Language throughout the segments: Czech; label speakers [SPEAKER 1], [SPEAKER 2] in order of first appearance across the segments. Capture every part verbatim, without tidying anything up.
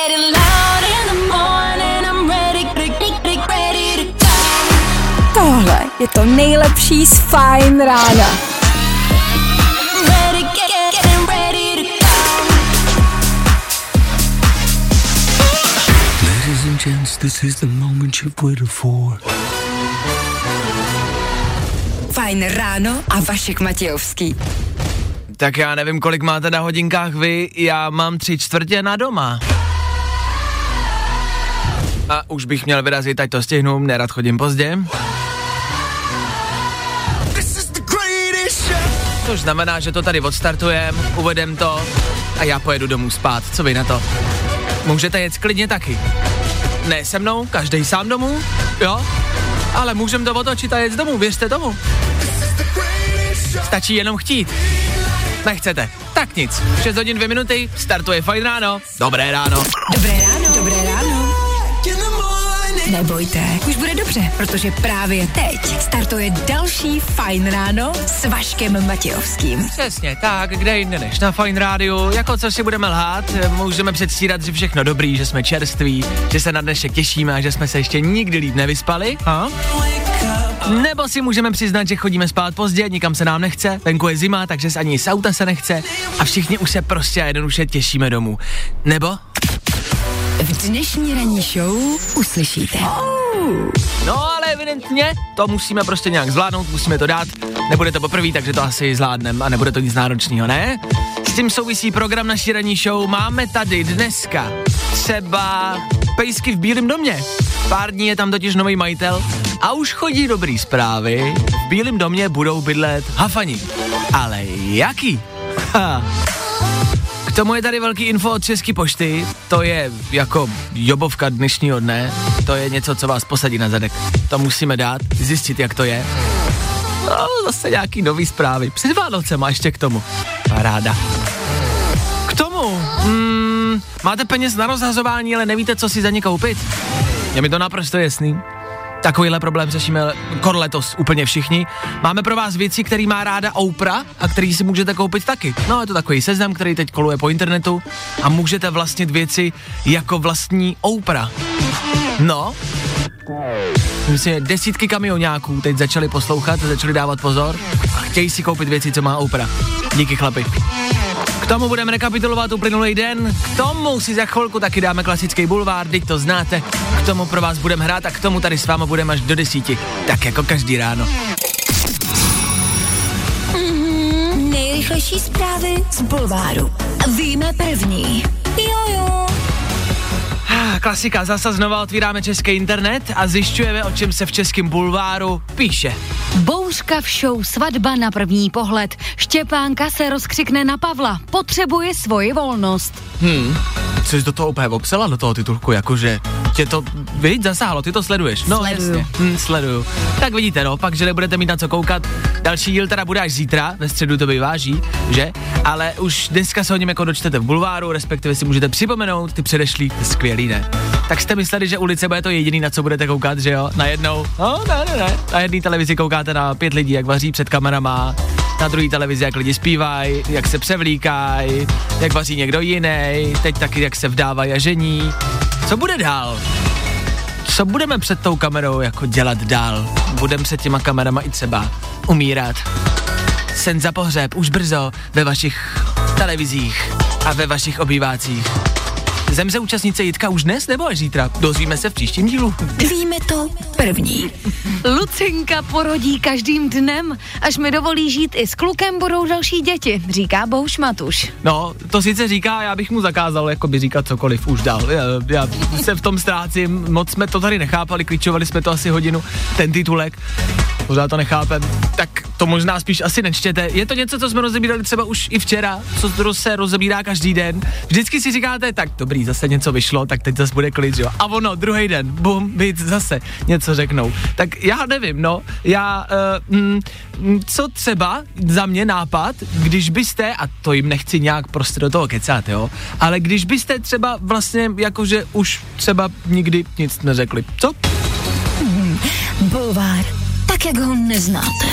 [SPEAKER 1] Tohle je to nejlepší z Fajn rána.
[SPEAKER 2] Ladies and gents, this is the moment you've waited for.
[SPEAKER 1] Fajn ráno a Vašek Matějovský.
[SPEAKER 3] Tak já nevím, kolik máte na hodinkách vy, já mám tři čtvrtě na doma. A už bych měl vyrazit, ať to stihnu, nerad chodím pozdě. Což znamená, že to tady odstartujem, uvedem to a já pojedu domů spát. Co vy na to? Můžete jet klidně taky. Ne se mnou, každej sám domů, jo? Ale můžem to otočit a jet z domů, věřte tomu. Stačí jenom chtít. Nechcete. Tak nic. šest hodin dvě minuty, startuje Fajn ráno. Dobré ráno.
[SPEAKER 1] Dobré ráno. Dobré ráno. Nebojte, už bude dobře, protože právě teď startuje další Fajn ráno s Vaškem Matějovským.
[SPEAKER 3] Přesně tak, kde jinde než na Fajn rádiu, jako co si budeme lhát, můžeme předstírat, že všechno dobrý, že jsme čerství, že se na dnešek těšíme a že jsme se ještě nikdy líp nevyspali. A? Nebo si můžeme přiznat, že chodíme spát pozdě, nikam se nám nechce, venku je zima, takže se ani z auta se nechce a všichni už se prostě a jednoduše těšíme domů. Nebo?
[SPEAKER 1] V dnešní ranní show uslyšíte.
[SPEAKER 3] No ale evidentně to musíme prostě nějak zvládnout, musíme to dát, nebude to poprvé, takže to asi zvládneme a nebude to nic náročného, ne? S tím souvisí program naší ranní show, máme tady dneska třeba pejsky v Bílém domě. Pár dní je tam totiž nový majitel a už chodí dobrý zprávy, v Bílém domě budou bydlet hafani. Ale jaký? Ha. K tomu je tady velký info od České pošty, to je jako jobovka dnešního dne, to je něco, co vás posadí na zadek. To musíme dát, zjistit, jak to je. No, zase nějaký nový zprávy. Před Vánocema ještě k tomu. Paráda. K tomu, hmm, máte peněz na rozhazování, ale nevíte, co si za ně koupit? Je mi to naprosto jasný. Takovýhle problém řešíme kor letos úplně všichni. Máme pro vás věci, který má ráda Oprah a který si můžete koupit taky. No, je to takový seznam, který teď koluje po internetu a můžete vlastnit věci jako vlastní Oprah. No, myslím, že desítky kamionáků teď začali poslouchat, začali dávat pozor a chtějí si koupit věci, co má Oprah. Díky chlapi. K tomu budeme rekapitulovat uplynulý den, k tomu si za chvilku taky dáme klasický bulvár, teď to znáte, k tomu pro vás budeme hrát a k tomu tady s váma budeme až do desíti, tak jako každý ráno.
[SPEAKER 1] Mm-hmm, nejrychlejší zprávy z bulváru. Víme první. Jojo.
[SPEAKER 3] Klasika, zase znova otvíráme český internet a zjišťujeme, o čem se v českém bulváru píše.
[SPEAKER 4] Bouřka v show Svatba na první pohled. Štěpánka se rozkřikne na Pavla. Potřebuje svoji volnost.
[SPEAKER 3] Hmm, jsi do toho úplně obsela, do toho titulku, jakože tě to, viď, zasáhlo, ty to sleduješ. No,
[SPEAKER 4] sleduju.
[SPEAKER 3] Jasně, hm, sleduju. Tak vidíte, no, pak, že nebudete mít na co koukat. Další díl teda bude až zítra, ve středu to vyváží, že? Ale už dneska se o něm jako dočtete v bulváru, respektive si můžete připomenout ty předešlý, skvělý, ne? Tak jste mysleli, že ulice bude to jediný, na co budete koukat, že jo? Najednou, no, ne, ne, ne. Na jedné televizi koukáte na pět lidí, jak vaří před kamerama, na druhé televizi, jak lidi zpívají, jak se převlíkají, jak vaří někdo jiný, teď taky, jak se vdávají a žení. Co bude dál? Co budeme před tou kamerou jako dělat dál? Budeme před těma kamerama i třeba umírat. Sen za pohřeb už brzo ve vašich televizích a ve vašich obývácích. Zemře účastnice Jitka už dnes nebo až zítra? Dozvíme se v příštím dílu.
[SPEAKER 1] Víme to první.
[SPEAKER 4] Lucinka porodí každým dnem. Až mi dovolí žít i s klukem, budou další děti, říká Bohuš Matuš.
[SPEAKER 3] No, to sice říká, já bych mu zakázal jakoby říkat cokoliv už dál. Já, já se v tom ztrácím, moc jsme to tady nechápali, kličovali jsme to asi hodinu, ten titulek. Pořád to nechápem. Tak to možná spíš asi nečtěte. Je to něco, co jsme rozebírali třeba už i včera, co se rozebírá každý den. Vždycky si říkáte, tak dobrý, zase něco vyšlo, tak teď zase bude klid, jo. A ono, druhý den, bum, víc, zase něco řeknou. Tak já nevím, no, já, uh, mm, co třeba za mě nápad, když byste, a to jim nechci nějak prostě do toho kecat, jo, ale když byste třeba vlastně, jakože už třeba nikdy nic neřekli, co?
[SPEAKER 1] Hmm, bulvár, tak jak ho neznáte.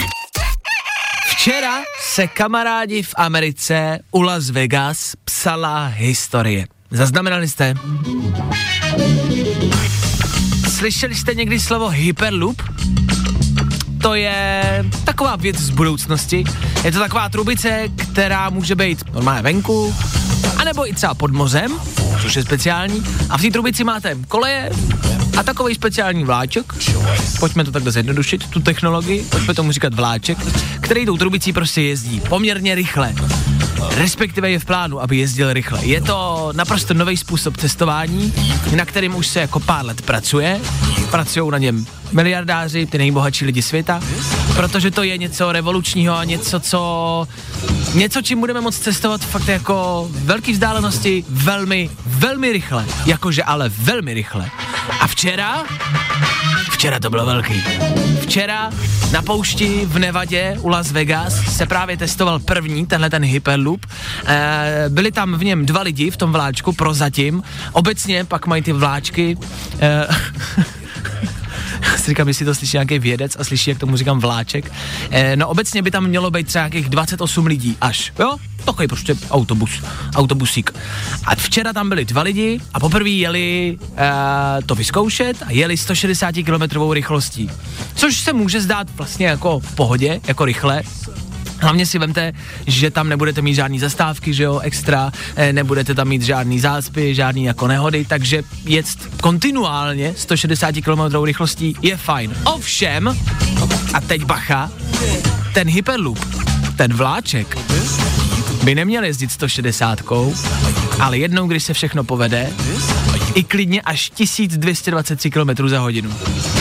[SPEAKER 3] Včera se kamarádi v Americe u Las Vegas psala historie. Zaznamenali jste? Slyšeli jste někdy slovo Hyperloop? To je taková věc z budoucnosti. Je to taková trubice, která může být normálně venku, anebo i třeba pod mořem, což je speciální. A v té trubici máte koleje a takový speciální vláček. Pojďme to takhle zjednodušit, tu technologii, pojďme tomu říkat vláček, který tou trubicí prostě jezdí poměrně rychle. Respektive je v plánu, aby jezdil rychle. Je to naprosto nový způsob cestování, na kterým už se jako pár let pracuje. Pracují na něm miliardáři, ty nejbohatší lidi světa, protože to je něco revolučního a něco, co... Něco, čím budeme moct cestovat fakt jako velký vzdálenosti velmi, velmi rychle. Jakože ale velmi rychle. A včera... Včera to bylo velký. Včera na poušti v Nevadě u Las Vegas se právě testoval první, tenhle ten Hyperloop. E, byli tam v něm dva lidi v tom vláčku prozatím. Obecně pak mají ty vláčky... E, Já si říkám, jestli to slyší nějaký vědec a slyší, jak tomu říkám vláček. E, no obecně by tam mělo být třeba nějakých dvacet osm lidí až, jo? Takový prostě autobus, autobusík. A včera tam byli dva lidi a poprvé jeli e, to vyzkoušet a jeli sto šedesát kilometrů rychlostí. Což se může zdát vlastně jako v pohodě, jako rychle. Hlavně si vemte, že tam nebudete mít žádný zastávky, že jo, extra, e, nebudete tam mít žádný zácpy, žádný jako nehody, takže jet kontinuálně sto šedesát kilometrů rychlostí je fajn. Ovšem, a teď bacha, ten Hyperloop, ten vláček, by neměl jezdit sto šedesát, ale jednou, když se všechno povede, i klidně až tisíc dvě stě dvacet tři kilometrů za hodinu.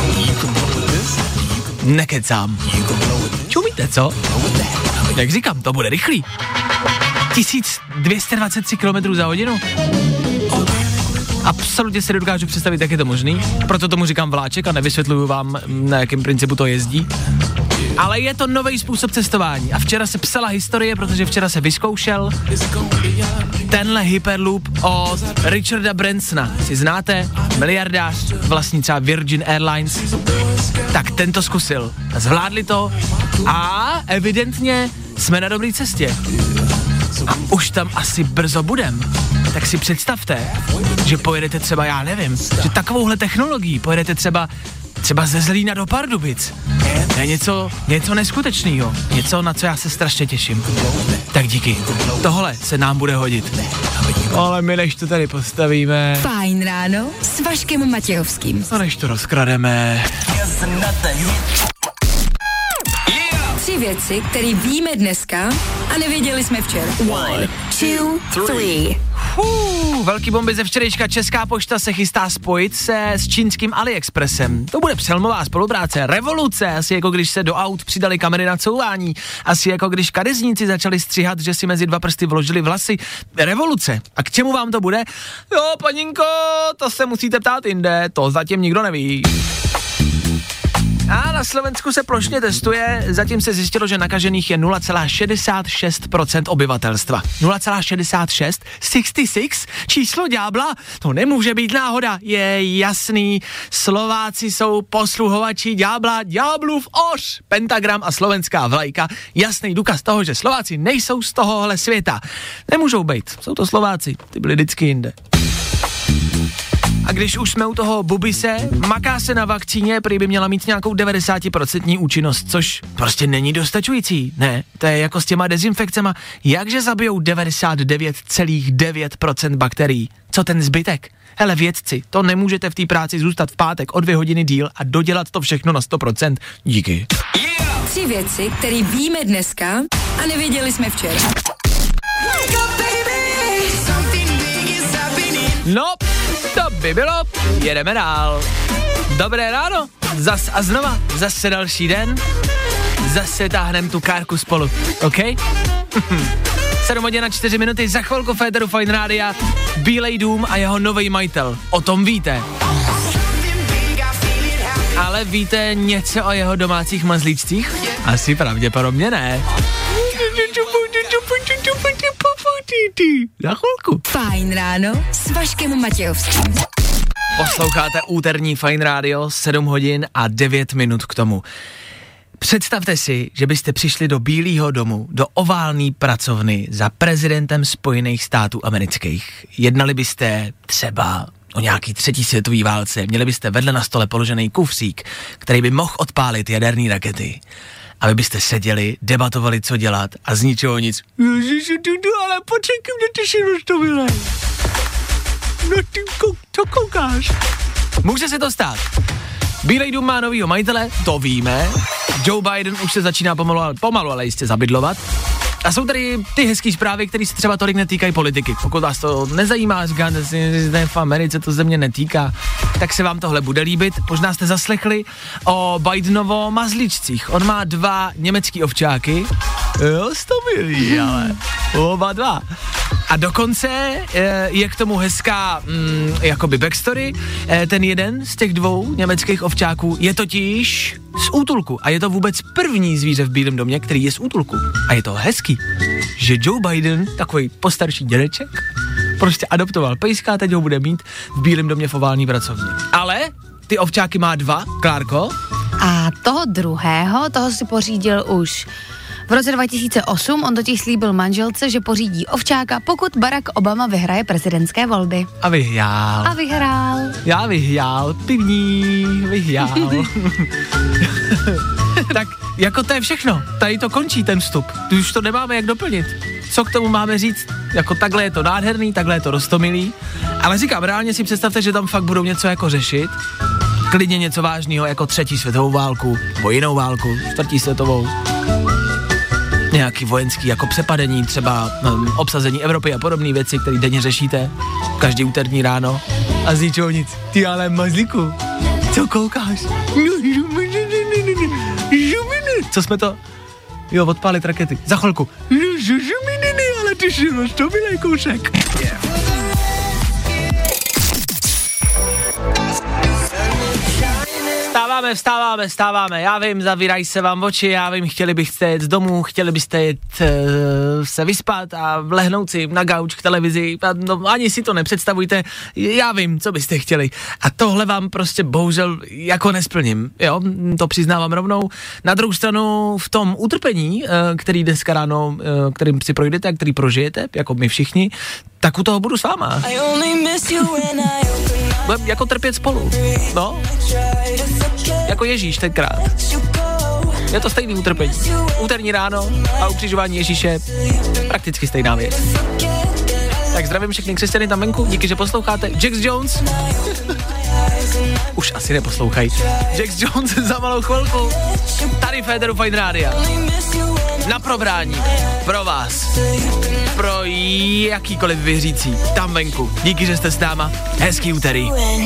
[SPEAKER 3] Nekecám. Čumíte, co? Jak říkám, to bude rychlý. tisíc dvě stě dvacet tři kilometrů za hodinu. Absolutně si nedokážu představit, jak je to možný. Proto tomu říkám vláček a nevysvětluju vám, na jakém principu to jezdí. Ale je to nový způsob cestování. A včera se psala historie, protože včera se vyzkoušel tenhle Hyperloop od Richarda Bransona. Si znáte? Miliardář, vlastní třeba Virgin Airlines. Tak ten to zkusil. Zvládli to a evidentně jsme na dobré cestě. A už tam asi brzo budem. Tak si představte, že pojedete třeba, já nevím, že takovouhle technologií pojedete třeba třeba ze Zlína do Pardubic. To je něco, něco neskutečného. Něco, na co já se strašně těším. Tak díky. Tohle se nám bude hodit. Ale my než to tady postavíme...
[SPEAKER 1] Fajn ráno s Vaškem Matějovským.
[SPEAKER 3] A než to rozkrademe...
[SPEAKER 1] Tři věci, které víme dneska a nevěděli jsme včera. One, two, three.
[SPEAKER 3] Hů, velký bomby ze včerejška. Česká pošta se chystá spojit se s čínským AliExpressem. To bude přelmová spolupráce, revoluce, asi jako když se do aut přidali kamery na couvání, asi jako když kadeřníci začali stříhat, že si mezi dva prsty vložili vlasy. Revoluce. A k čemu vám to bude? Jo, paninko, to se musíte ptát jinde, to zatím nikdo neví. A na Slovensku se plošně testuje, zatím se zjistilo, že nakažených je nula celá šedesát šest procent obyvatelstva. nula celá šedesát šest? šedesát šest? Číslo ďábla? To nemůže být náhoda, je jasný. Slováci jsou posluhovači ďábla, ďáblův oš. Pentagram a slovenská vlajka, jasný důkaz toho, že Slováci nejsou z tohohle světa. Nemůžou být, jsou to Slováci, ty byli vždycky jinde. A když už jsme u toho Bubise, maká se na vakcíně, prý by měla mít nějakou devadesát procent účinnost, což prostě není dostačující. Ne, to je jako s těma dezinfekcema. Jakže zabijou devadesát devět celá devět procent bakterií? Co ten zbytek? Hele vědci, to nemůžete v té práci zůstat v pátek o dvě hodiny díl a dodělat to všechno na sto procent. Díky.
[SPEAKER 1] Yeah! Tři věci, které víme dneska a nevěděli jsme včera.
[SPEAKER 3] No, to by bylo, jedeme dál. Dobré ráno, zas a znova, zase další den, zase táhnem tu kárku spolu, OK? sedm hodin a čtyři minuty, za chvilku Féteru Fine Rádia, Bílej dům a jeho nový majitel, o tom víte. Ale víte něco o jeho domácích mazlíčcích? Asi pravděpodobně ne. Za chvilku.
[SPEAKER 1] Fajn ráno s Vaškem Matějovským.
[SPEAKER 3] Posloucháte úterní Fajn rádio, sedm hodin a devět minut k tomu. Představte si, že byste přišli do Bílého domu, do oválné pracovny za prezidentem Spojených států amerických. Jednali byste třeba o nějaký třetí světový válce, měli byste vedle na stole položený kufřík, který by mohl odpálit jaderné rakety. A vy byste seděli, debatovali, co dělat a z ničeho nic. Ježiši, tudu, ale počekej, mě ty si roztomilej. No ty, kou, co koukáš? Může se to stát. Bílej dům má novýho majitele, to víme. Joe Biden už se začíná pomalu, pomalu ale jistě zabydlovat. A jsou tady ty hezký zprávy, které se třeba tolik netýkají politiky. Pokud vás to nezajímá, říkáte si, že v Americe to ze mě netýká, tak se vám tohle bude líbit. Možná jste zaslechli o Bidenovo mazlíčcích. On má dva německý ovčáky. Jo, sto milí, ale oba dva. A dokonce e, je k tomu hezká mm, jakoby backstory. E, ten jeden z těch dvou německých ovčáků je totiž z útulku. A je to vůbec první zvíře v Bílém domě, který je z útulku. A je to hezký, že Joe Biden, takový postarší dědeček, prostě adoptoval pejska a teď ho bude mít v Bílém domě v ovální pracovně. Ale ty ovčáky má dva, Klárko.
[SPEAKER 4] A toho druhého, toho si pořídil už v roce dva tisíce osm. On totiž slíbil manželce, že pořídí ovčáka, pokud Barack Obama vyhraje prezidentské volby.
[SPEAKER 3] A vyhrál.
[SPEAKER 4] A vyhrál.
[SPEAKER 3] Já vyhrál, pivní, vyhrál. Tak jako to je všechno, tady to končí ten vstup, tu už to nemáme jak doplnit. Co k tomu máme říct? Jako takhle je to nádherný, takhle je to roztomilý, ale říkám, reálně si představte, že tam fakt budou něco jako řešit, klidně něco vážného jako třetí světovou válku, nebo jinou válku, čtvrtí světovou, nějaký vojenský jako přepadení, třeba um, obsazení Evropy a podobné věci, které denně řešíte, každý úterní ráno a z ničeho nic. Ty ale mazlíku, co koukáš? Co jsme to? Jo, odpálit rakety. Za chvilku. Ale ty si roztomilej kousek. Yeah. Vstáváme, vstáváme, vstáváme. Já vím, zavírají se vám oči, já vím, chtěli byste jít z domu, chtěli byste jít uh, se vyspat a lehnout si na gauč k televizi. A no, ani si to nepředstavujte, já vím, co byste chtěli. A tohle vám prostě bohužel jako nesplním, jo, to přiznávám rovnou. Na druhou stranu v tom utrpení, uh, který dneska ráno, uh, kterým si projdete a který prožijete, jako my všichni, tak u toho budu s váma. Budeme jako trpět spolu, no. Jako Ježíš tenkrát. Je to stejný utrpení. Úterní ráno a ukřižování Ježíše prakticky stejná věc. Tak zdravím všechny křesťany tam venku, díky, že posloucháte. Jax Jones. Už asi neposlouchají. Jax Jones za malou chvilku. Tady Féteru Fajn Rádia. Na probrání. Pro vás. Pro jakýkoliv věřící. Tam venku. Díky, že jste s náma. Hezký úterý.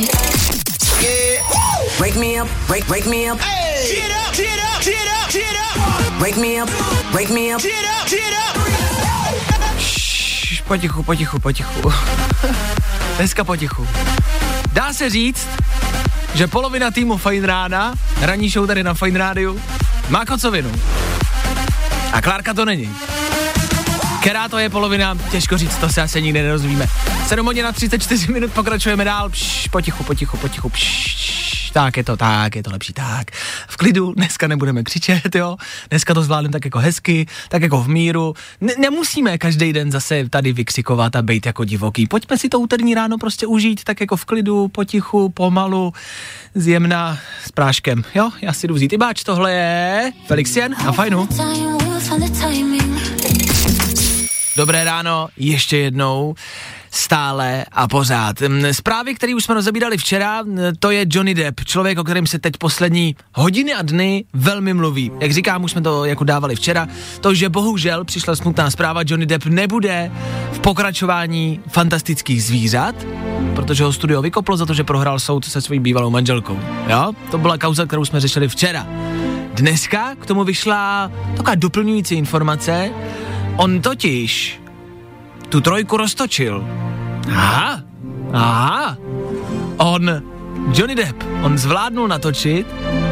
[SPEAKER 5] Wake me up, wake, wake me up. Hey. Get up, get up, get up, get up. Wake me up, wake me up. Get up, get up.
[SPEAKER 3] Šš, potichu, potichu, potichu. Dneska potichu. Dá se říct, že polovina týmu Fajn rána, ranní show tady na Fajn rádiu, má kocovinu. A Klárka to není. Která to je polovina, těžko říct, to se asi nikdy nerozvíme. sedm hodin na třicet čtyři minut, pokračujeme dál. Pš, potichu, potichu, potichu. Pš, tak je to, tak je to lepší, tak. V klidu, dneska nebudeme křičet, jo. Dneska to zvládneme tak jako hezky, tak jako v míru. Ne, nemusíme každý den zase tady vykřikovat a bejt jako divoký. Pojďme si to úterní ráno prostě užít tak jako v klidu, potichu, pomalu, zjemná, s práškem. Jo, já si jdu vzít i báč, tohle je Felixian a Fajnu. Dobré ráno, ještě jednou, stále a pořád. Zprávy, které už jsme rozebírali včera, to je Johnny Depp, člověk, o kterém se teď poslední hodiny a dny velmi mluví. Jak říkám, už jsme to jako dávali včera, to, že bohužel přišla smutná zpráva, Johnny Depp nebude v pokračování Fantastických zvířat, protože ho studio vykoplo za to, že prohrál soud se svojí bývalou manželkou. Jo, to byla kauza, kterou jsme řešili včera. Dneska k tomu vyšla taková doplňující informace. On totiž tu trojku roztočil. Aha, aha. On, Johnny Depp, on zvládnul natočit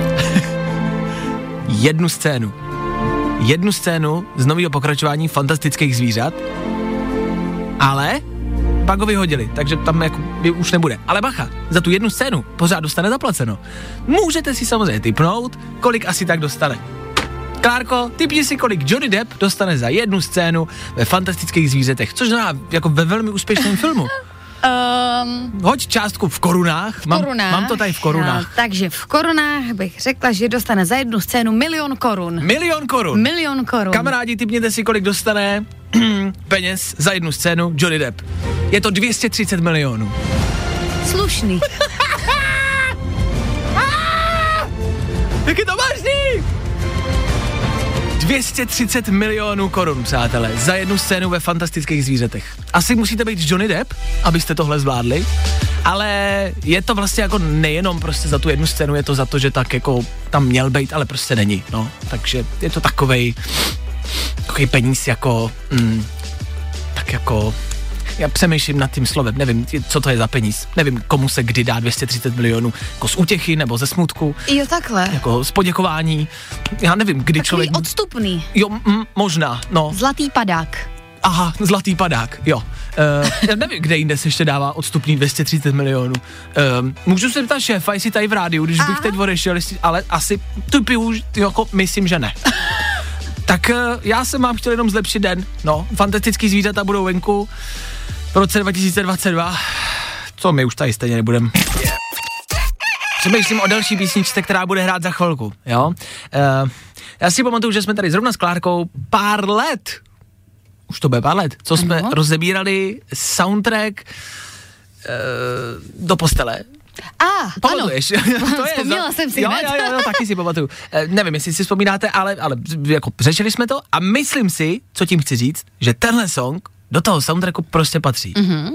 [SPEAKER 3] jednu scénu. Jednu scénu z nového pokračování Fantastických zvířat, ale pak ho vyhodili, takže tam jako už nebude. Ale bacha, za tu jednu scénu pořád dostane zaplaceno. Můžete si samozřejmě tipnout, kolik asi tak dostane. Klárko, typni si, kolik Johnny Depp dostane za jednu scénu ve Fantastických zvířatech, což znamená jako ve velmi úspěšném filmu.
[SPEAKER 4] Um,
[SPEAKER 3] Hoď částku v korunách.
[SPEAKER 4] V korunách.
[SPEAKER 3] Mám, mám to tady v korunách.
[SPEAKER 4] No, takže v korunách bych řekla, že dostane za jednu scénu milion korun.
[SPEAKER 3] Milion korun.
[SPEAKER 4] Milion korun.
[SPEAKER 3] Kamarádi, typněte si, kolik dostane peněz za jednu scénu Johnny Depp. Je to dvě stě třicet milionů.
[SPEAKER 4] Slušný.
[SPEAKER 3] Jak je to vážný? dvě stě třicet milionů korun, přátelé, za jednu scénu ve Fantastických zvířatech. Asi musíte být Johnny Depp, abyste tohle zvládli, ale je to vlastně jako nejenom prostě za tu jednu scénu, je to za to, že tak jako tam měl být, ale prostě není, no. Takže je to takovej, takový peníz jako, mm, tak jako, já přemýšlím nad tím slovem, nevím, co to je za peníz, nevím, komu se kdy dá dvě stě třicet milionů, jako z útěchy nebo ze smutku.
[SPEAKER 4] Jo, takhle.
[SPEAKER 3] Jako z poděkování, já nevím, kdy
[SPEAKER 4] Takový
[SPEAKER 3] člověk...
[SPEAKER 4] odstupný.
[SPEAKER 3] Jo, mm, možná, no.
[SPEAKER 4] Zlatý padák.
[SPEAKER 3] Aha, zlatý padák, jo. Uh, já nevím, kde jinde se ještě dává odstupný dvě stě třicet milionů. Uh, můžu se ptát šéfa, jestli tady v rádiu, když Aha. bych teď odešel, jestli, ale asi typuju, jako myslím, že ne. Tak uh, já jsem vám chtěl jenom zlepšit den, no. Fantastický zvířata budou venku v roce dva tisíce dvacet dva. Co my už tady stejně nebudem. Yeah. Přemýšlím o další písničce, která bude hrát za chvilku, jo. Uh, já si pamatuju, že jsme tady zrovna s Klárkou pár let, už to bude pár let, co jsme ano. rozebírali soundtrack uh, do postele.
[SPEAKER 4] A, ah,
[SPEAKER 3] pamatuješ?
[SPEAKER 4] ano. To je Vzpomněla jsem si
[SPEAKER 3] jo,
[SPEAKER 4] hned.
[SPEAKER 3] jo, jo, jo, taky si pamatuju. Uh, nevím, jestli si vzpomínáte, ale, ale jako řešili jsme to a myslím si, co tím chci říct, že tenhle song do toho soundtracku prostě patří.
[SPEAKER 4] Mhm.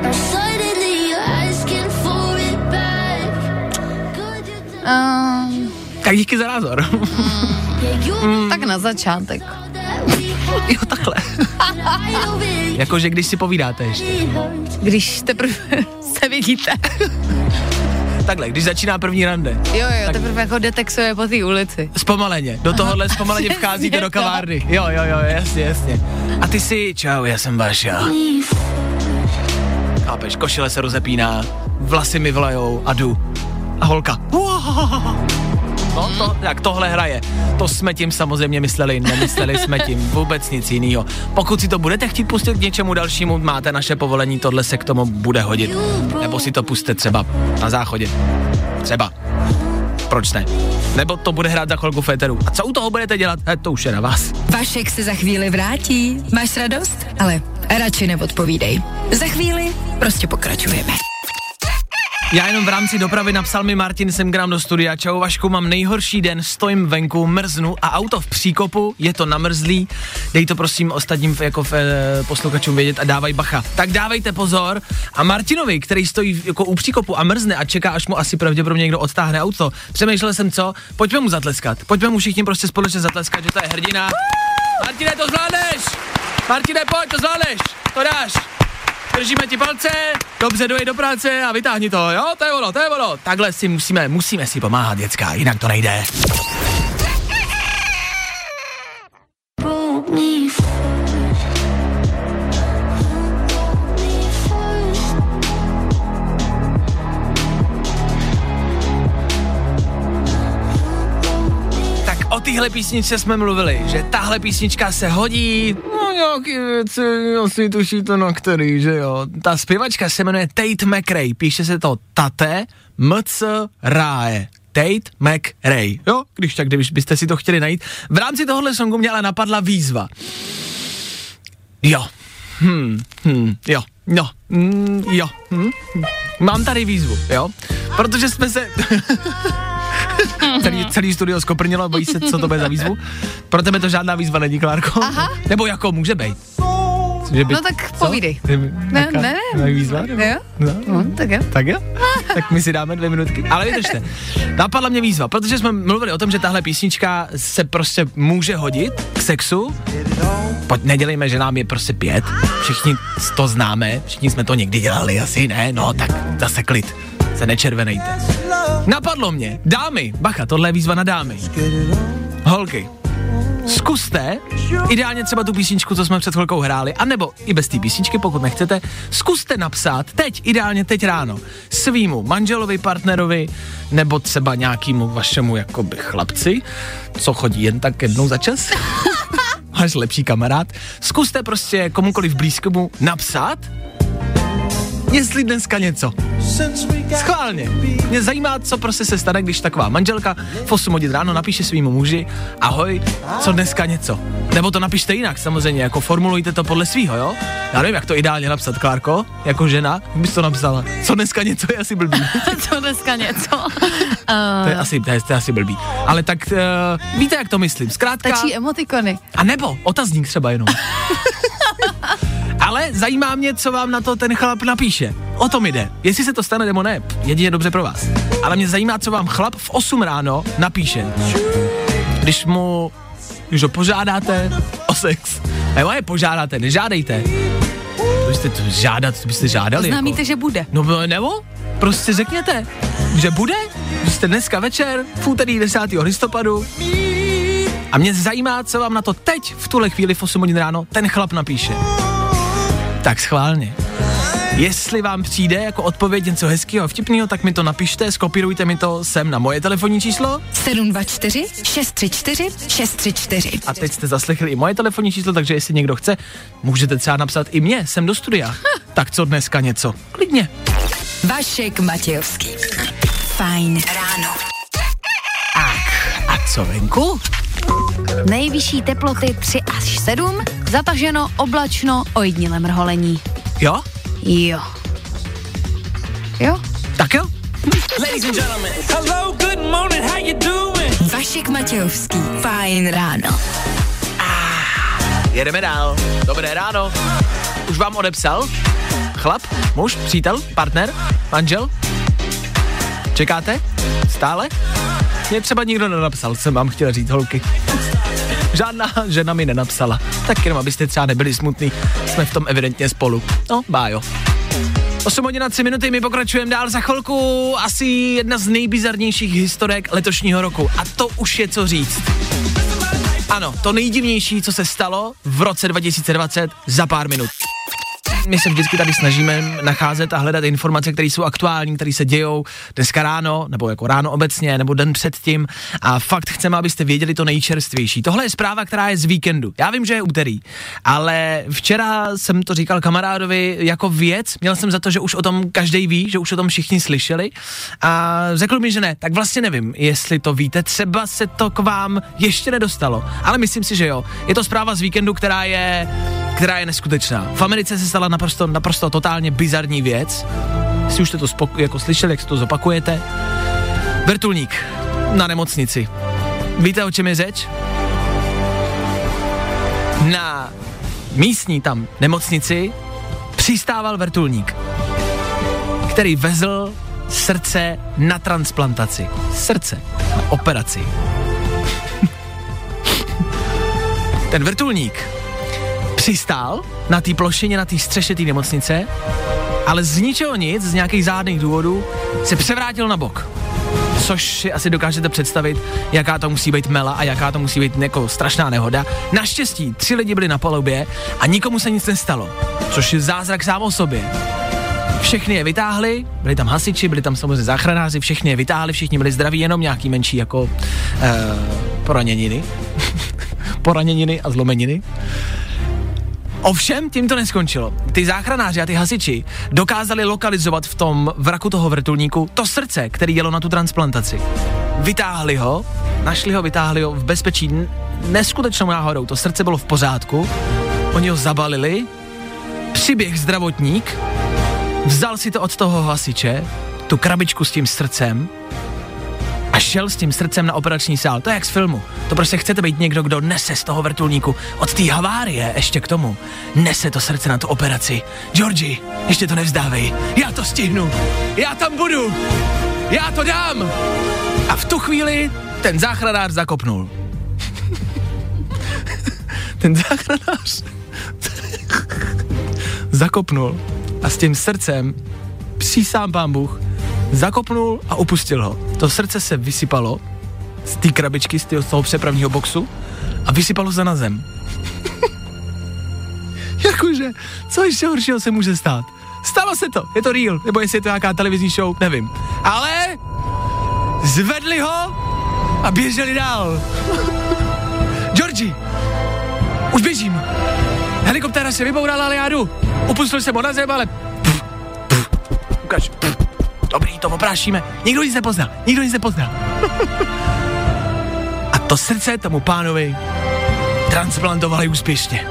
[SPEAKER 4] Um,
[SPEAKER 3] tak díky za názor.
[SPEAKER 4] mm, tak na začátek.
[SPEAKER 3] Jo, takhle. Jakože když si povídáte ještě.
[SPEAKER 4] Když teprve se vidíte.
[SPEAKER 3] Takhle, když začíná první rande.
[SPEAKER 4] Jo, jo,
[SPEAKER 3] tak
[SPEAKER 4] teprve jako detexuje po té ulici.
[SPEAKER 3] Zpomaleně, do tohohle zpomaleně vcházíte do kavárny. Jo, jo, jo, jasně, jasně. A ty si, čau, já jsem Vaša. Chápeš, košile se rozepíná, vlasy mi vlajou a jdu. A holka. No, to, jak tohle hraje. To jsme tím samozřejmě mysleli, nemysleli jsme tím vůbec nic jiného. Pokud si to budete chtít pustit k něčemu dalšímu, máte naše povolení, tohle se k tomu bude hodit. Nebo si to puste třeba na záchodě. Třeba. Proč ne? Nebo to bude hrát za chvilku v éteru. A co u toho budete dělat? He, to už je na vás.
[SPEAKER 1] Vašek se za chvíli vrátí. Máš radost? Ale radši neodpovídej. Za chvíli prostě pokračujeme.
[SPEAKER 3] Já jenom v rámci dopravy napsal mi Martin sem k nám do studia. Čau Vašku, mám nejhorší den, stojím venku, mrznu a auto v příkopu, je to namrzlý. Dej to prosím ostatním jako v, eh, posluchačům vědět a dávaj bacha. Tak dávejte pozor. A Martinovi, který stojí jako u příkopu a mrzne a čeká, až mu asi pravděpodobně někdo odtáhne auto, přemýšlel jsem co, pojďme mu zatleskat. Pojďme mu všichni prostě společně zatleskat, že to je hrdina. Martine, to zvládneš! Martine, pojď, to zvládneš! To dáš! Držíme ti palce, dobře dojej do práce a vytáhni to, jo, to je ono, to je ono. Takhle si musíme, musíme si pomáhat, děcka, jinak to nejde. Tak o téhle písničce jsme mluvili, že tahle písnička se hodí, no nějaký věci, asi tušíte na který, že jo. Ta zpěvačka se jmenuje Tate McRae, píše se to Tate M-C-R-A-E. Tate McRae, jo, když tak, když byste si to chtěli najít. V rámci tohohle songu mě ale napadla výzva. Jo, hm, hm, jo, jo, hm, jo, hm. Mám tady výzvu, jo, protože jsme se... celý, celý studio skoprnilo, bojí se, co to bude za výzvu. Pro tebe to žádná výzva není, Klárko.
[SPEAKER 4] Aha.
[SPEAKER 3] Nebo jako může být. By,
[SPEAKER 4] no tak co? Povídej.
[SPEAKER 3] Ne,
[SPEAKER 4] ne, ne.
[SPEAKER 3] Výzva?
[SPEAKER 4] Jo?
[SPEAKER 3] No,
[SPEAKER 4] no, tak jo.
[SPEAKER 3] Tak jo? Tak my si dáme dvě minutky. Ale vydržte. Napadla mě výzva, protože jsme mluvili o tom, že tahle písnička se prostě může hodit k sexu. Pojď, nedělejme, že nám je prostě pět. Všichni to známe, všichni jsme to někdy dělali, asi ne, no tak zase klid. Se nečervenejte. Napadlo mě, dámy, bacha, tohle je výzva na dámy. Holky, zkuste, ideálně třeba tu písničku, co jsme před chvilkou hráli, anebo i bez té písničky, pokud nechcete, zkuste napsat teď, ideálně teď ráno, svýmu manželovi, partnerovi, nebo třeba nějakému vašemu jakoby chlapci, co chodí jen tak jednou za čas, váš lepší kamarád, zkuste prostě komukoliv blízkomu napsat, jestli dneska něco. Schválně. Mě zajímá, co prostě se stane, když taková manželka v osm hodin ráno napíše svýmu muži: ahoj, co dneska něco. Nebo to napište jinak, samozřejmě, jako formulujte to podle svýho, jo? Já nevím, jak to ideálně napsat, Klárko, jako žena, jak bys to napsala. Co dneska něco je asi blbý.
[SPEAKER 4] Co dneska něco? Uh...
[SPEAKER 3] To je asi, to je, to je asi blbý. Ale tak uh, víte, jak to myslím. Zkrátka...
[SPEAKER 4] Tačí emotikony.
[SPEAKER 3] A nebo otazník třeba jenom. Ale zajímá mě, co vám na to ten chlap napíše. O tom jde. Jestli se to stane nebo ne, jedině dobře pro vás. Ale mě zajímá, co vám chlap v osm ráno napíše. Když mu, když ho požádáte o sex. Nebo je požádáte, nežádejte. To byste to žádat, to byste žádali.
[SPEAKER 4] Známíte,
[SPEAKER 3] jako.
[SPEAKER 4] že bude.
[SPEAKER 3] No nebo? Prostě řekněte, že bude. Že jste dneska večer, v úterý desátého listopadu. A mě zajímá, co vám na to teď, v tuhle chvíli v osm hodin ráno, ten chlap napíše. Tak schválně. Jestli vám přijde jako odpověď něco hezkého a vtipného, tak mi to napište, skopírujte mi to sem na moje telefonní číslo.
[SPEAKER 1] sedm dva čtyři šest tři čtyři šest tři čtyři.
[SPEAKER 3] A teď jste zaslechli i moje telefonní číslo, takže jestli někdo chce, můžete třeba napsat i mě sem do studia. Tak co dneska něco? Klidně.
[SPEAKER 1] Vašek Matějovský. Fajn ráno.
[SPEAKER 3] Ach, a co venku?
[SPEAKER 4] Nejvyšší teploty tři až sedm, zataženo, oblačno, ojedinělé mrholení.
[SPEAKER 3] Jo?
[SPEAKER 4] Jo. Jo?
[SPEAKER 3] Tak jo?
[SPEAKER 1] Vašek Matějovský. Fajn ráno.
[SPEAKER 3] Jedeme dál. Dobré ráno. Už vám odepsal? Chlap? Muž? Přítel? Partner? Manžel? Čekáte? Stále? Mě třeba nikdo nenapsal, jsem vám chtěla říct, holky. Žádná žena mi nenapsala. Tak jenom, abyste třeba nebyli smutný, jsme v tom evidentně spolu. No, bájo. osm hodin a tři minuty, my pokračujeme dál za chvilku. Asi jedna z nejbizarnějších historek letošního roku. A to už je co říct. Ano, to nejdivnější, co se stalo v roce dva tisíce dvacet za pár minut. My se vždycky tady snažíme nacházet a hledat informace, které jsou aktuální, které se dějou dneska ráno, nebo jako ráno obecně, nebo den předtím. A fakt chceme, abyste věděli to nejčerstvější. Tohle je zpráva, která je z víkendu. Já vím, že je úterý, ale včera jsem to říkal kamarádovi jako věc. Měl jsem za to, že už o tom každej ví, že už o tom všichni slyšeli. A řekl mi, že ne. Tak vlastně nevím, jestli to víte. Třeba se to k vám ještě nedostalo. Ale myslím si, že jo. Je to zpráva z víkendu, která je, která je neskutečná. V Americe se stala naprosto, naprosto totálně bizarní věc. Jestli už jste to spoko- jako slyšeli, jak se to zopakujete. Vrtulník na nemocnici. Víte, o čem je řeč? Na místní tam nemocnici přistával vrtulník, který vezl srdce na transplantaci. Srdce na operaci. Ten vrtulník přistál na té plošině, na té střeše té nemocnice, ale z ničeho nic, z nějakých záhadných důvodů, se převrátil na bok. Což si asi dokážete představit, jaká to musí být mela a jaká to musí být jako strašná nehoda. Naštěstí tři lidi byli na palubě a nikomu se nic nestalo, což je zázrak sám o sobě. Všechny je vytáhli, byli tam hasiči, byli tam samozřejmě záchranáři, všechny je vytáhli, všichni byli zdraví, jenom nějaký menší jako uh, poraněniny. poraněniny a zlomeniny. Ovšem, tím to neskončilo. Ty záchranáři a ty hasiči dokázali lokalizovat v tom vraku toho vrtulníku to srdce, který jelo na tu transplantaci. Vytáhli ho, našli ho, vytáhli ho v bezpečí neskutečnou náhodou. To srdce bylo v pořádku, oni ho zabalili, přiběh zdravotník, vzal si to od toho hasiče, tu krabičku s tím srdcem, a šel s tím srdcem na operační sál. To je jak z filmu. To prostě chcete být někdo, kdo nese z toho vrtulníku od té havárie ještě k tomu. Nese to srdce na tu operaci. Georgi, ještě to nevzdávej. Já to stihnu. Já tam budu. Já to dám. A v tu chvíli ten záchranář zakopnul. ten záchranář zakopnul a s tím srdcem, přísám pán Bůh, zakopnul a upustil ho. To srdce se vysypalo z té krabičky, z toho přepravního boxu a vysypalo se na zem. Jakože, co ještě horšího se může stát? Stalo se to, je to real, nebo jestli je to nějaká televizní show, nevím. Ale zvedli ho a běželi dál. Georgi, už běžím. Helikoptéra se vybourala, ale já jdu. Upustil jsem ho na zem, ale... Pff, pff, ukaž. Pff. Dobrý, to oprášíme. Nikdo nic nepozná, nikdo nic nepozná. A to srdce tomu pánovi transplantovali úspěšně.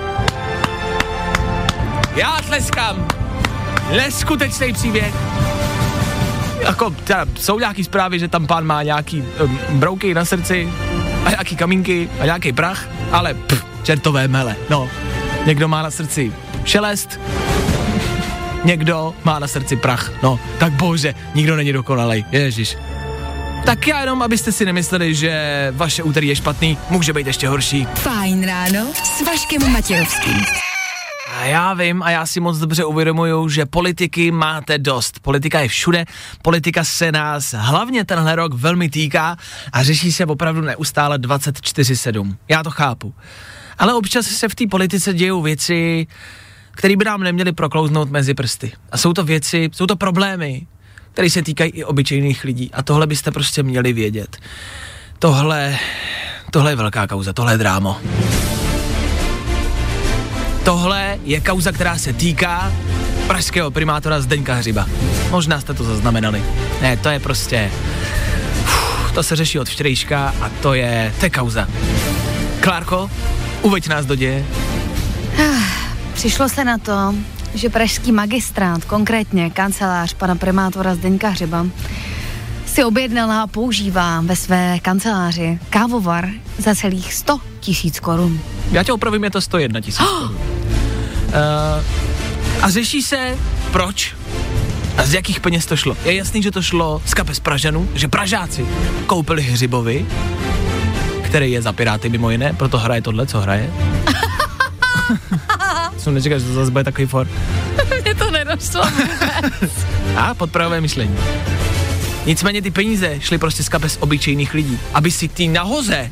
[SPEAKER 3] Já tleskám. Neskutečný příběh. Jako, teda, jsou nějaký zprávy, že tam pán má nějaký um, brouky na srdci a nějaký kamínky a nějaký prach, ale pff, čertové mele, no. Někdo má na srdci šelest, někdo má na srdci prach, no. Tak bože, nikdo není dokonalej, ježiš. Tak já jenom, abyste si nemysleli, že vaše úterý je špatný, může být ještě horší.
[SPEAKER 1] Fajn ráno s Vaškem Matějovským.
[SPEAKER 3] A já vím a já si moc dobře uvědomuju, že politiky máte dost. Politika je všude, politika se nás hlavně tenhle rok velmi týká a řeší se opravdu neustále dvacet čtyři sedm. Já to chápu. Ale občas se v té politice dějou věci, které by nám neměly proklouznout mezi prsty. A jsou to věci, jsou to problémy, které se týkají i obyčejných lidí. A tohle byste prostě měli vědět. Tohle, tohle je velká kauza, tohle je drámo. Tohle je kauza, která se týká pražského primátora Zdeňka Hřiba. Možná jste to zaznamenali. Ne, to je prostě... Uf, to se řeší od včerejška a to je... To je kauza. Klárko, uveď nás do děje.
[SPEAKER 4] Přišlo se na to, že pražský magistrát, konkrétně kancelář pana primátora Zdeňka Hřiba, si objednala a používá ve své kanceláři kávovar za celých sto tisíc korun.
[SPEAKER 3] Já tě opravím, je to sto jedna tisíc korun. Uh, a řeší se, proč a z jakých peněz to šlo. Je jasný, že to šlo z kapes Pražanů, že Pražáci koupili Hřibovi, který je za Piráty mimo jiné, proto hraje tohle, co hraje. Jsem nečekal, že to zase bude takový for.
[SPEAKER 4] Mně to nedošlo vůbec.
[SPEAKER 3] A podpravové myšlení. Nicméně ty peníze šly prostě z kapes obyčejných lidí, aby si ty nahoře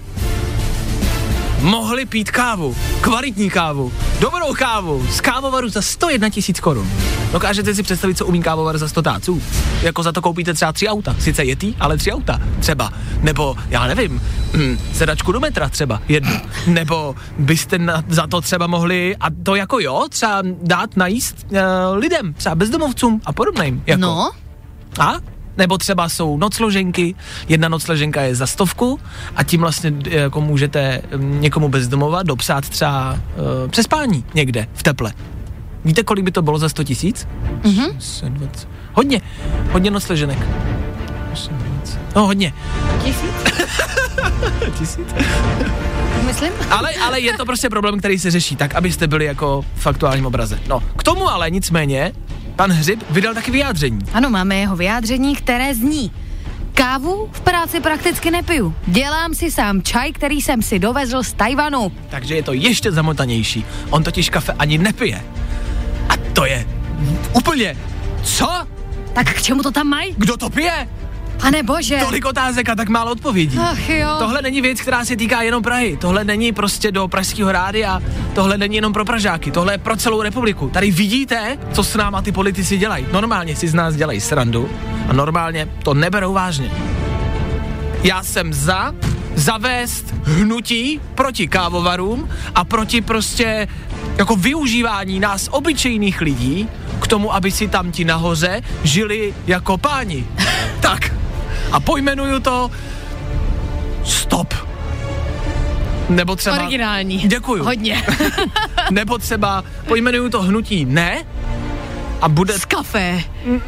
[SPEAKER 3] mohli pít kávu, kvalitní kávu, dobrou kávu z kávovaru za sto jedna tisíc korun. Dokážete si představit, co umí kávovar za sto táců? Jako za to koupíte třeba tři auta, sice jetý, ale tři auta třeba, nebo já nevím, hm, sedačku do metra třeba, jednu, nebo byste na, za to třeba mohli, a to jako jo, třeba dát najíst uh, lidem, třeba bezdomovcům a podobným. Jako.
[SPEAKER 4] No?
[SPEAKER 3] A? Nebo třeba jsou nocloženky, jedna nocloženka je za stovku a tím vlastně jako můžete někomu bezdomova dopsat třeba uh, přespání někde v teple. Víte, kolik by to bylo za sto tisíc?
[SPEAKER 4] Mhm.
[SPEAKER 3] Hodně, hodně nocloženek. No hodně.
[SPEAKER 4] Tisíc?
[SPEAKER 3] Tisíc?
[SPEAKER 4] Myslím.
[SPEAKER 3] Ale, ale je to prostě problém, který se řeší tak, abyste byli jako v aktuálním obraze. No, k tomu ale nicméně pan Hřib vydal taky vyjádření.
[SPEAKER 4] Ano, máme jeho vyjádření, které zní: kávu v práci prakticky nepiju. Dělám si sám čaj, který jsem si dovezl z Tajvanu.
[SPEAKER 3] Takže je to ještě zamotanější. On totiž kafe ani nepije. A to je úplně... Co?
[SPEAKER 4] Tak k čemu to tam mají?
[SPEAKER 3] Kdo to pije?
[SPEAKER 4] Pane bože.
[SPEAKER 3] Tolik otázek a tak málo odpovědí.
[SPEAKER 4] Ach jo.
[SPEAKER 3] Tohle není věc, která se týká jenom Prahy. Tohle není prostě do pražského rádia. Tohle není jenom pro Pražáky. Tohle je pro celou republiku. Tady vidíte, co s náma ty politici dělají. Normálně si z nás dělají srandu a normálně to neberou vážně. Já jsem za zavést hnutí proti kávovarům a proti prostě jako využívání nás obyčejných lidí k tomu, aby si tam ti nahoře žili jako páni. Tak. A pojmenuju to Stop. Nebo třeba...
[SPEAKER 4] Originální.
[SPEAKER 3] Děkuju.
[SPEAKER 4] Hodně.
[SPEAKER 3] Nebo třeba pojmenuju to hnutí Ne a bude...
[SPEAKER 4] Z kafe.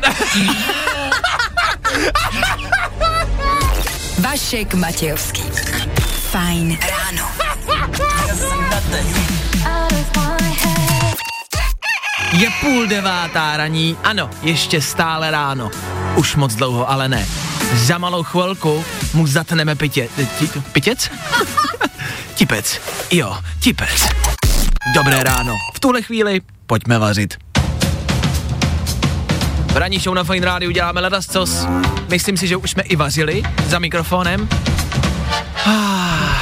[SPEAKER 1] Vašek Matějovský. Fajn ráno.
[SPEAKER 3] Je půl devátá raní, ano, ještě stále ráno. Už moc dlouho, ale ne. Za malou chvilku mu zatneme pitě... Ti, pitěc? Tipec. Jo, tipec. Dobré ráno. V tuhle chvíli pojďme vařit. V ranní show na Fajn rádiu děláme ledascos. Myslím si, že už jsme i vařili za mikrofonem. Ah,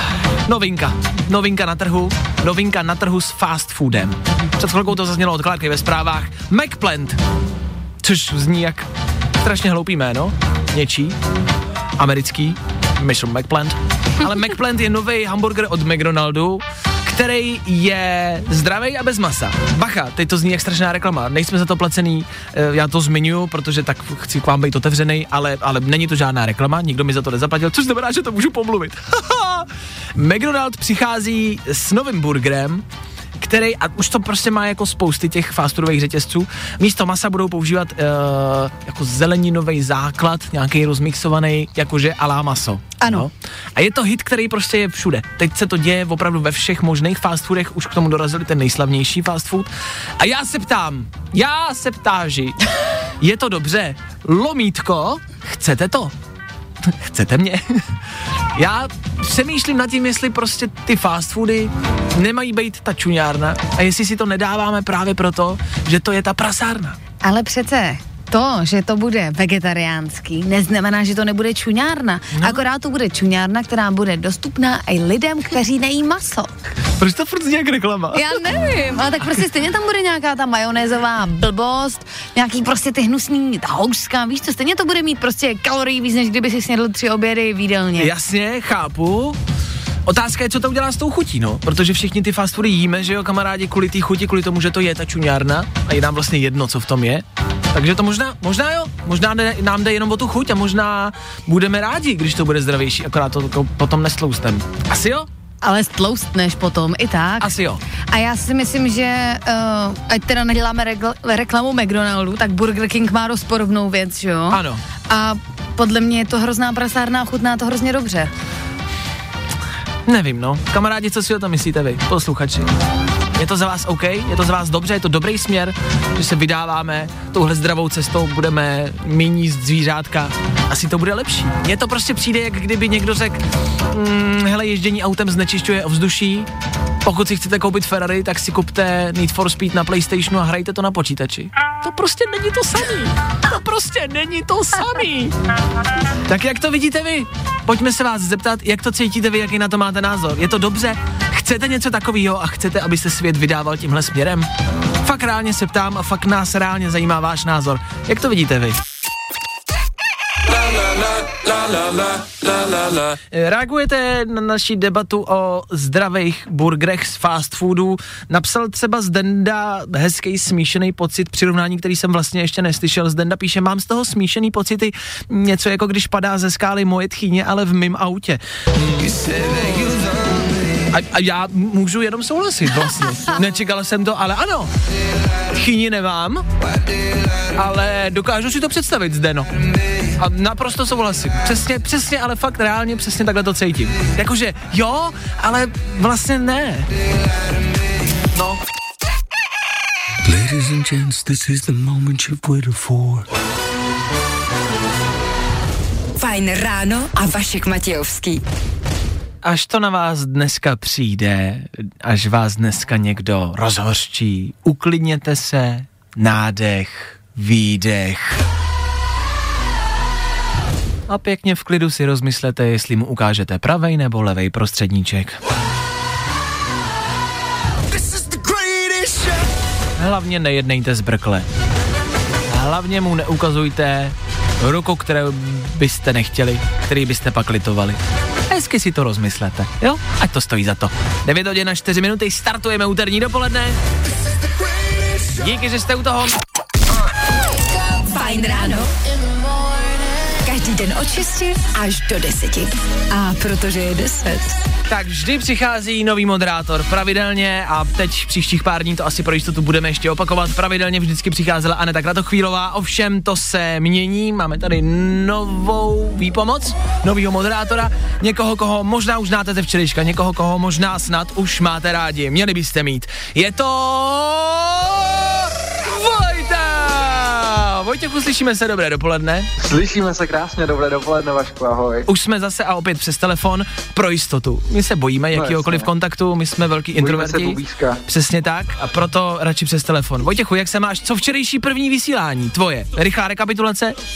[SPEAKER 3] Novinka. Novinka na trhu. Novinka na trhu s fast foodem. Před chvilkou to zaznělo od Klárky ve zprávách. McPlant. Což zní jak strašně hloupý jméno. Něčí. Americký. Mission McPlant. Ale McPlant je nový hamburger od McDonaldu, který je zdravý a bez masa. Bacha, teď to zní jak strašná reklama, nejsme za to placený, já to zmiňuji, protože tak chci k vám být otevřenej, ale, ale není to žádná reklama, nikdo mi za to nezaplatil, což znamená, že to můžu pomluvit. McDonald přichází s novým burgerem, který, a už to prostě má jako spousty těch fast foodových řetězců, místo masa budou používat uh, jako zeleninový základ, nějaký rozmixovaný, jakože alá maso.
[SPEAKER 4] Ano.
[SPEAKER 3] No? A je to hit, který prostě je všude. Teď se to děje opravdu ve všech možných fast foodech, už k tomu dorazili ten nejslavnější fast food. A já se ptám, já se ptáži, je to dobře? Lomítko, chcete to? Chcete mě? Já přemýšlím nad tím, jestli prostě ty fast foody nemají být ta čuňárna a jestli si to nedáváme právě proto, že to je ta prasárna.
[SPEAKER 4] Ale přece to, že to bude vegetariánský, neznamená, že to nebude čuňárna. No. Akorát to bude čuňárna, která bude dostupná i lidem, kteří nejí maso.
[SPEAKER 3] Proč to furt zní jak reklama?
[SPEAKER 4] Já nevím, ale tak prostě stejně tam bude nějaká ta majonézová blbost, nějaký prostě ty hnusný, ta houska, víš co, stejně to bude mít prostě kalorií víc, než kdyby si snědl tři obědy v jídelně.
[SPEAKER 3] Jasně, chápu. Otázka je, co to udělá s tou chutí, no, protože všichni ty fast foody jíme, že jo, kamarádi, kvůli té chuti, kvůli tomu, že to je ta čuňárna a je nám vlastně jedno, co v tom je. Takže to možná, možná jo, možná ne, nám jde jenom o tu chuť a možná budeme rádi, když to bude zdravější, akorát to, to potom nestloustem. Asi jo?
[SPEAKER 4] Ale stloustneš potom i tak.
[SPEAKER 3] Asi jo.
[SPEAKER 4] A já si myslím, že uh, ať teda neděláme regl- reklamu McDonaldu, tak Burger King má dost podobnou věc, že jo?
[SPEAKER 3] Ano.
[SPEAKER 4] A podle mě je to hrozná prasárna a chutná to hrozně dobře.
[SPEAKER 3] Nevím, no. Kamarádi, co si o tom myslíte vy, posluchači? Je to za vás OK? Je to za vás dobře? Je to dobrý směr, že se vydáváme touhle zdravou cestou, budeme méně jíst zvířátka? Asi to bude lepší. Mně to prostě přijde, jak kdyby někdo řekl, hm, hele, ježdění autem znečišťuje ovzduší, pokud si chcete koupit Ferrari, tak si kupte Need for Speed na PlayStationu a hrajte to na počítači. To prostě není to samý. To prostě není to samý. Tak jak to vidíte vy? Pojďme se vás zeptat, jak to cítíte vy, jaký na to máte názor. Je to dobře? Chcete něco takového a chcete, aby se svět vydával tímhle směrem? Fakt reálně se ptám a fakt nás reálně zajímá váš názor. Jak to vidíte vy? Reagujete na naši debatu o zdravých burgerech z fast foodů. Napsal třeba Zdenda hezký smíšený pocit, přirovnání, který jsem vlastně ještě neslyšel. Zdenda píše, mám z toho smíšený pocity, něco jako když padá ze skály moje tchýně, ale v mým autě. A, a já můžu jenom souhlasit vlastně. Nečekal jsem to, ale ano. Tchýni nemám, ale dokážu si to představit, Zdeno. A naprosto souhlasím. Přesně, přesně, ale fakt reálně přesně takhle to cítím. Jakože jo, ale vlastně ne. No.
[SPEAKER 2] Ladies and gents, this is the moment you've waited for.
[SPEAKER 1] Fajn ráno a Vašek Matějovský.
[SPEAKER 3] Až to na vás dneska přijde, až vás dneska někdo rozhořčí, uklidněte se, nádech, výdech. A pěkně v klidu si rozmyslete, jestli mu ukážete pravej nebo levej prostředníček. Hlavně nejednejte zbrkle. Hlavně mu neukazujte ruku, kterou byste nechtěli, který byste pak litovali. Hezky si to rozmyslete, jo? Ať to stojí za to. devět hodin a čtyři minuty, startujeme úterní dopoledne. Díky, že jste u toho.
[SPEAKER 1] Fajn ráno. Každý den od šesti až do deseti. A protože je deset.
[SPEAKER 3] Tak vždy přichází nový moderátor pravidelně a teď v příštích pár dní to asi pro jistotu budeme ještě opakovat. Pravidelně vždycky přicházela Aneta Kratochvílová, ovšem to se mění, máme tady novou výpomoc, novýho moderátora, někoho, koho možná už znáte ze včerejška, někoho, koho možná snad už máte rádi, měli byste mít. Je to... Vojtěchu, slyšíme se, dobré dopoledne.
[SPEAKER 6] Slyšíme se krásně, dobré dopoledne, Vašku, ahoj.
[SPEAKER 3] Už jsme zase a opět přes telefon pro jistotu. My se bojíme no jakýhokoliv jasně. kontaktu, my jsme velký introverti. Přesně tak a proto radši přes telefon. Vojtěchu, jak se máš? Co včerejší první vysílání? Tvoje. Rychlá rekapitulace?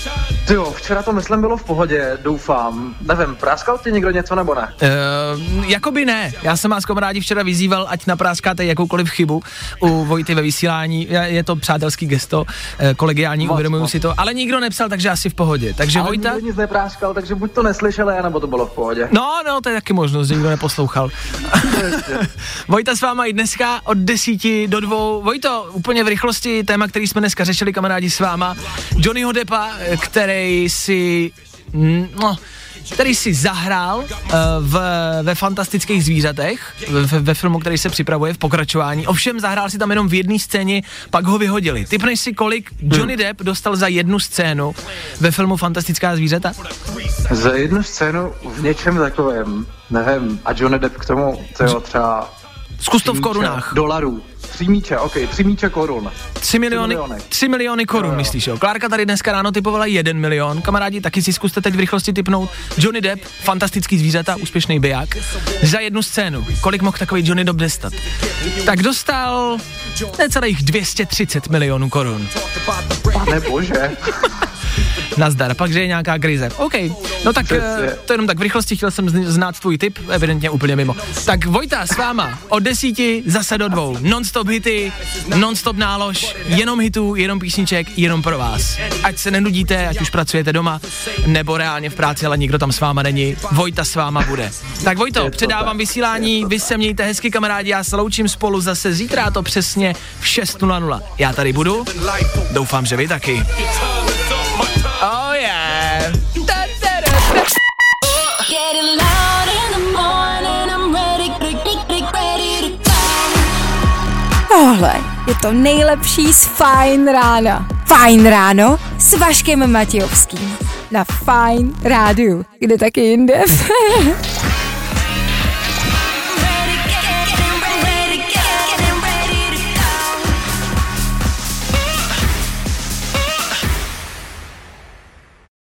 [SPEAKER 6] Jo, včera to myslím bylo v pohodě, doufám. Nevím, práskal ti někdo něco nebo ne?
[SPEAKER 3] Uh, jakoby ne. Já jsem vás kamarádi včera vyzýval, ať napráskáte jakoukoliv chybu u Vojty ve vysílání. Je to přátelský gesto, kolegiální, uvědomuju si to, ale nikdo nepsal, takže asi v pohodě. Takže
[SPEAKER 6] ale
[SPEAKER 3] Vojta...
[SPEAKER 6] nikdo nic nepráskal, takže buď to neslyšeli, nebo to bylo v pohodě.
[SPEAKER 3] No, no, to je taky možnost, že nikdo neposlouchal. Vojta s váma i dneska od desíti do dvou. Vojto, úplně v rychlosti téma, který jsme dneska řešili, kamarádi, s váma. Johnnyho Deppa, který si, no, který si zahrál uh, v, ve Fantastických zvířatech, ve, ve filmu, který se připravuje v pokračování. Ovšem zahrál si tam jenom v jedné scéně, pak ho vyhodili. Typneš si, kolik Johnny Depp dostal za jednu scénu ve filmu Fantastická zvířata?
[SPEAKER 6] Za jednu scénu v něčem takovém, nevím, a Johnny Depp k tomu, to jo, třeba...
[SPEAKER 3] Zkus to v korunách.
[SPEAKER 6] Dolarů. Tři míče, ok, tři míče korun.
[SPEAKER 3] Tři miliony, tři miliony, tři miliony korun, jo, myslíš, jo? Klárka tady dneska ráno typovala jeden milion. Kamarádi, taky si zkuste teď v rychlosti typnout. Johnny Depp, Fantastický zvířata, úspěšný biják, za jednu scénu. Kolik mohl takový Johnny Depp dostat? Tak dostal necelých dvě stě třicet milionů korun.
[SPEAKER 6] Pane bože.
[SPEAKER 3] Nazdar, pak, že je nějaká krize. OK, no tak to jenom tak v rychlosti, chtěl jsem znát tvůj tip, evidentně úplně mimo. Tak Vojta s váma od desíti zase do dvou. Non-stop hity, non-stop nálož, jenom hitů, jenom písniček, jenom pro vás. Ať se nenudíte, ať už pracujete doma, nebo reálně v práci, ale nikdo tam s váma není. Vojta s váma bude. Tak Vojto, předávám vysílání, vy se mějte hezky, kamarádi, já se loučím spolu zase zítra, to přesně v šest nula nula. Já tady budu, doufám, že vy taky. Oh yeah. Da, da, da, da.
[SPEAKER 1] Tohle je to nejlepší z Fajn rána. Fajn ráno s Vaškem Matějovským. Na Fajn rádiu. Kde taky jinde?